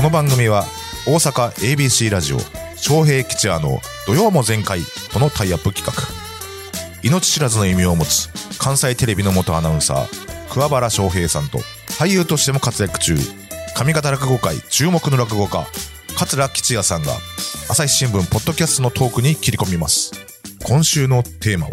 の番組は大阪 ABC ラジオ昌平吉也の土曜も全開とのタイアップ企画、命知らずの異名を持つ関西テレビの元アナウンサー桑原昌平さんと、俳優としても活躍中上方落語界注目の落語家桂吉也さんが朝日新聞ポッドキャストのトークに切り込みます。今週のテーマは、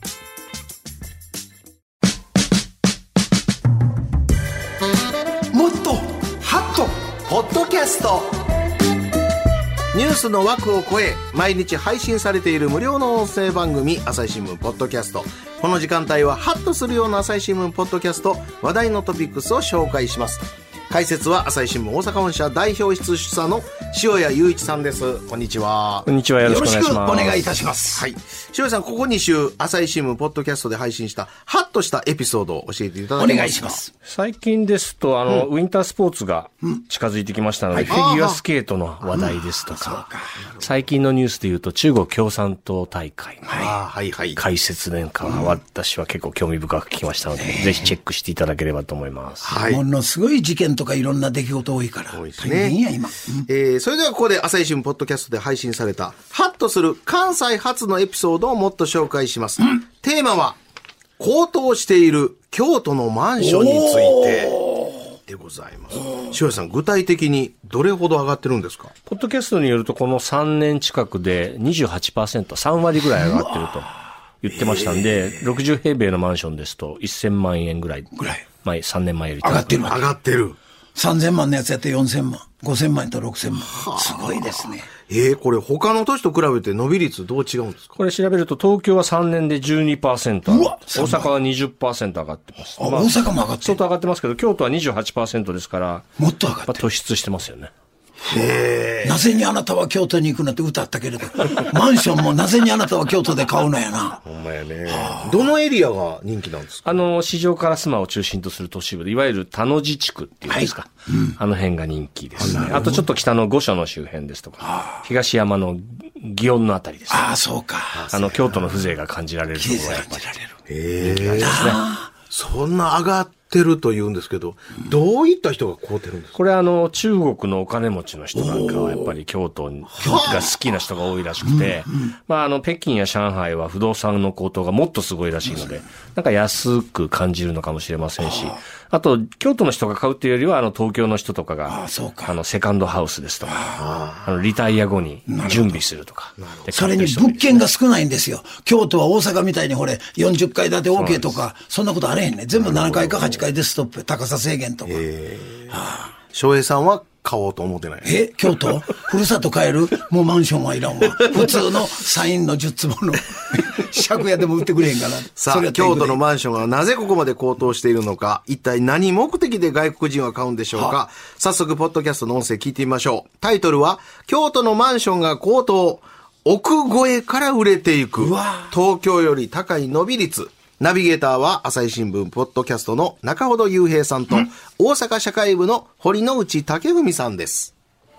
もっとハッとポッドキャスト、ニュースの枠を超え毎日配信されている無料の音声番組、朝日新聞ポッドキャスト。この時間帯はハッとするような朝日新聞ポッドキャスト、話題のトピックスを紹介します。解説は朝日新聞大阪本社代表室主査の塩谷雄一さんです。こんにちは。 こんにちは。よろしくお願いします。 よろしくお願いいたします。はい。塩谷さん、ここ2週朝日新聞ポッドキャストで配信したハッとしたエピソードを教えていただけますか。お願いします。 最近ですとウィンタースポーツが近づいてきましたので、フィギュアスケートの話題ですとか、最近のニュースでいうと中国共産党大会の解説年間は私は結構興味深く聞きましたので、ぜひチェックしていただければと思います。 はい。ものすごい事件とかいろんな出来事多いから大変や今。 それではここで朝日新聞ポッドキャストで配信されたハッとする関西発のエピソードをもっと紹介します。テーマは高騰している京都のマンションについてでございます。塩谷さん、具体的にどれほど上がってるんですか。 ポッドキャストによるとこの3年近くで 28%、3割ぐらい上がってると言ってましたんで、60平米のマンションですと1000万円ぐらい前、3年前より上がってる。 上がってる。 3000万のやつやって4000万、5000万と6000万。すごいですね。 これ他の都市と比べて伸び率どう違うんですか。 これ調べると東京は3年で 12% 上がって、大阪は 20% 上がってます。 大阪も上がってる。 相当上がってますけど、京都は 28% ですから、 もっと上がってる。 突出してますよね。 なぜにあなたは京都に行くのって歌ったけれど、マンションもなぜにあなたは京都で買うのやな。 ほんまやね。どのエリアが人気なんですか。 市場烏丸を中心とする都市部で、いわゆる田野地地区っていうんですか、あの辺が人気ですね。あとちょっと北の御所の周辺ですとか、東山の祇園のあたりです、ね。 そうか。 京都の風情が感じられるところがやっぱり人気がありますね。 そんな上がってると言うんですけど、どういった人が買うてるんですか。 これ中国のお金持ちの人なんかはやっぱり京都が好きな人が多いらしくて、北京や上海は不動産の高騰がもっとすごいらしいので、なんか安く感じるのかもしれませんし、あと京都の人が買うっていうよりは東京の人とかがセカンドハウスですとか、リタイア後に準備するとか、 それに物件が少ないんですよ。京都は大阪みたいに40階建て OK とかそんなことあれへんね。全部7階か8階でストップ、高さ制限とか。 翔平さんは買おうと思ってない。 京都ふるさと帰る。もうマンションはいらんわ。普通のサインの10坪の借家でも売ってくれへんかな。 さあ、京都のマンションがなぜここまで高騰しているのか、一体何目的で外国人は買うんでしょうか。早速ポッドキャストの音声聞いてみましょう。タイトルは京都のマンションが高騰、億超えから売れていく、東京より高い伸び率。ナビゲーターは朝日新聞ポッドキャストの中ほど雄平さんと、大阪社会部の堀之内武文さんです。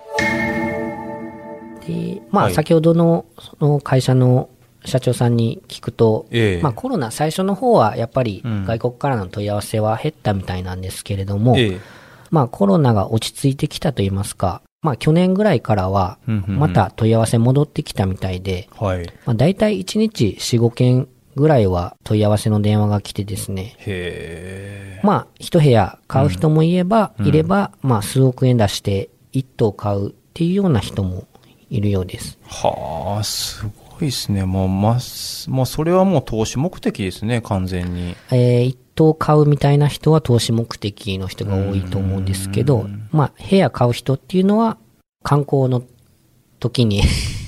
で、先ほどのその会社の社長さんに聞くと、コロナ最初の方はやっぱり外国からの問い合わせは減ったみたいなんですけれども、コロナが落ち着いてきたといいますか、去年ぐらいからはまた問い合わせ戻ってきたみたいで、だいたい1日 4,5 件ぐらいは問い合わせの電話が来てですね。一部屋買う人もいれば、数億円出して1棟買うっていうような人もいるようです。 すごいですね。もうそれはもう投資目的ですね、完全に。 1棟買うみたいな人は投資目的の人が多いと思うんですけど、部屋買う人っていうのは観光の時に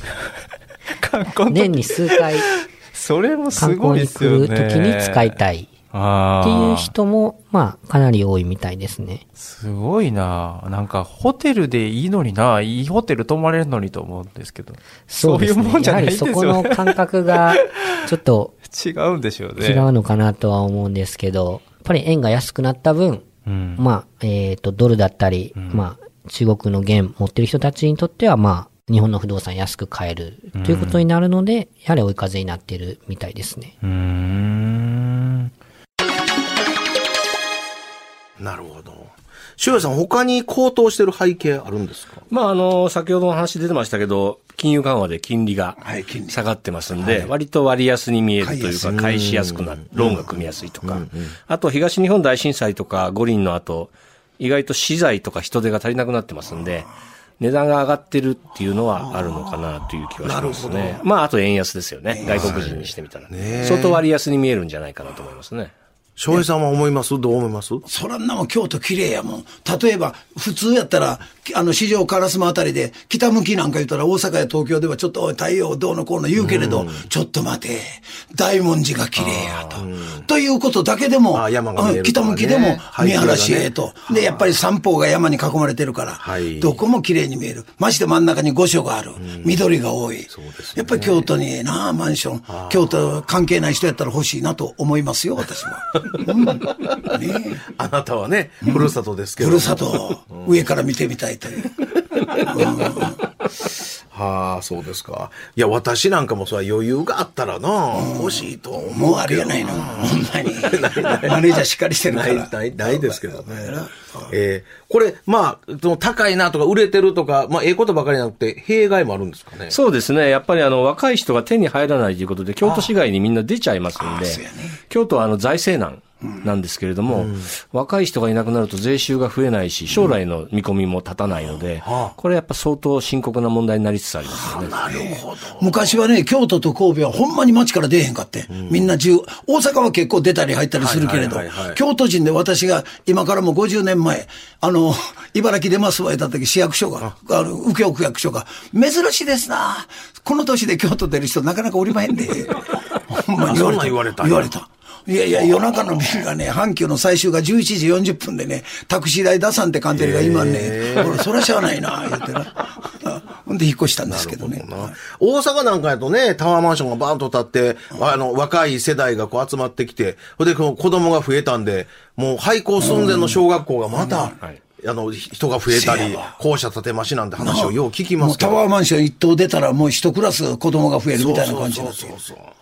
年に数回それもすごいですよね。 観光に来る時に使いたいっていう人もかなり多いみたいですね。 すごいな。なんかホテルでいいのにな、いいホテル泊まれるのにと思うんですけど、 そうですね、 いうもんじゃないですよね。 やはりそこの感覚がちょっと違うんでしょうね。 違うのかなとは思うんですけど、やっぱり円が安くなった分、ドルだったり、中国の元持ってる人たちにとっては日本の不動産安く買えるということになるので、やはり追い風になってるみたいですね。 なるほど。塩谷さん、他に高騰してる背景あるんですか？ まあ、先ほどの話出てましたけど、金融緩和で金利が下がってますんで、割と割安に見えるというか、返しやすくなる、ローンが組みやすいとか、あと東日本大震災とか五輪の後、意外と資材とか人手が足りなくなってますんで、値段が上がってるっていうのはあるのかなという気はしますね。まあ、あと円安ですよね。外国人にしてみたら。相当割安に見えるんじゃないかなと思いますね。 翔平さんは思います？どう思います？ そらんなもん京都綺麗やもん。例えば、普通やったら、四条烏丸あたりで、北向きなんか言ったら大阪や東京ではちょっと太陽どうのこうの言うけれど、ちょっと待て、大文字が綺麗やと。ということだけでも、北向きでも見晴らしええと。で、やっぱり三方が山に囲まれてるから、どこも綺麗に見える。まして真ん中に御所がある。緑が多い。やっぱり京都にええな、マンション。京都関係ない人やったら欲しいなと思いますよ、私は。 あなたはね、ふるさとですけど。 ふるさとを上から見てみたいという。 はあ、そうですか。いや、私なんかもそれ余裕があったらな、欲しいと思うけど。 もうあれやないの。ほんまに。マネージャーしっかりしてるから。 ないですけどね。これ、まあ、高いなとか売れてるとか、まあ、ことばかりじゃなくて、弊害もあるんですかね。 そうですね。やっぱり若い人が手に入らないということで、京都市外にみんな出ちゃいますんで、京都は財政難なんですけれども、若い人がいなくなると税収が増えないし、将来の見込みも立たないので、これやっぱ相当深刻な問題になりつつありますよね。 なるほど。昔はね、京都と神戸はほんまに町から出えへんかって、みんな大阪は結構出たり入ったりするけれど、京都人で私が今からも50年前、茨城出ますわ、た時市役所が、右京区役所が、珍しいですな。この年で京都出る人なかなかおりまへんで。ほんまに言われた。いやいや、夜中の便がね、阪急の最終が11時40分でね、タクシー代出さんって官邸が今ね、俺、そらしゃあないな、言ってな。ほんで引っ越したんですけどね。 大阪なんかやとね、タワーマンションがバーンと建って、若い世代がこう集まってきて、で、子供が増えたんで、もう廃校寸前の小学校がまた、人が増えたり、校舎建てましなんて話をよう聞きますけど。 タワーマンション一棟出たらもう一クラス子供が増えるみたいな感じなんですよ。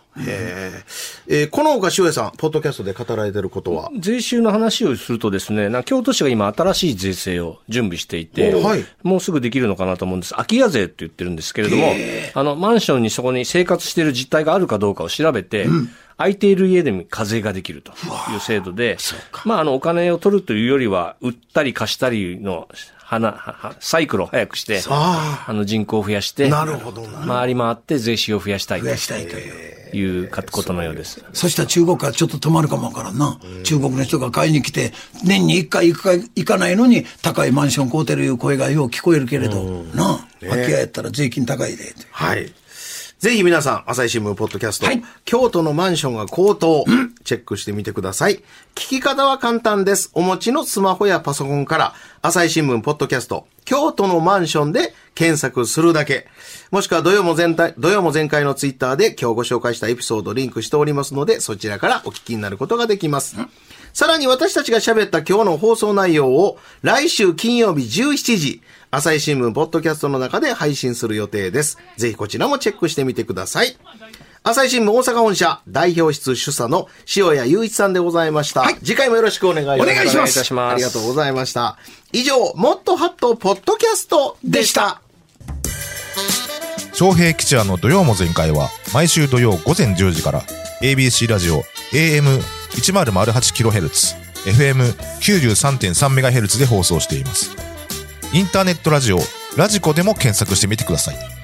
この他、塩谷さん、ポッドキャストで語られてることは？ 税収の話をするとですね、京都市が今新しい税制を準備していて、もうすぐできるのかなと思うんです。空き家税って言ってるんですけれども、マンションにそこに生活している実態があるかどうかを調べて、空いている家でも課税ができるという制度で、まあ、お金を取るというよりは、売ったり貸したりのサイクルを早くして、人口を増やして、回り回って税収を増やしたいということのようです。 そしたら中国からちょっと止まるかもわからんな。中国の人が買いに来て、年に1回行かないのに、高いマンション買うてるいう声がよう聞こえるけれど、なあ、空き家やったら税金高いで。 はい。ぜひ皆さん、朝日新聞ポッドキャスト、京都のマンションが高騰、チェックしてみてください。聞き方は簡単です。お持ちのスマホやパソコンから、朝日新聞ポッドキャスト、京都のマンションで検索するだけ。もしくは土曜も全開のツイッターで今日ご紹介したエピソードリンクしておりますので、そちらからお聞きになることができます。さらに私たちが喋った今日の放送内容を来週金曜日17時、朝日新聞ポッドキャストの中で配信する予定です。ぜひこちらもチェックしてみてください。朝日新聞大阪本社代表室主査の塩谷雄一さんでございました。次回もよろしくお願いします。 お願いします。 ありがとうございました。以上、もっとハットポッドキャストでした。 昌平吉弥の土曜も全開は毎週土曜午前10時から ABC ラジオ AM1008kHz FM93.3MHz で放送しています。インターネットラジオラジコでも検索してみてください。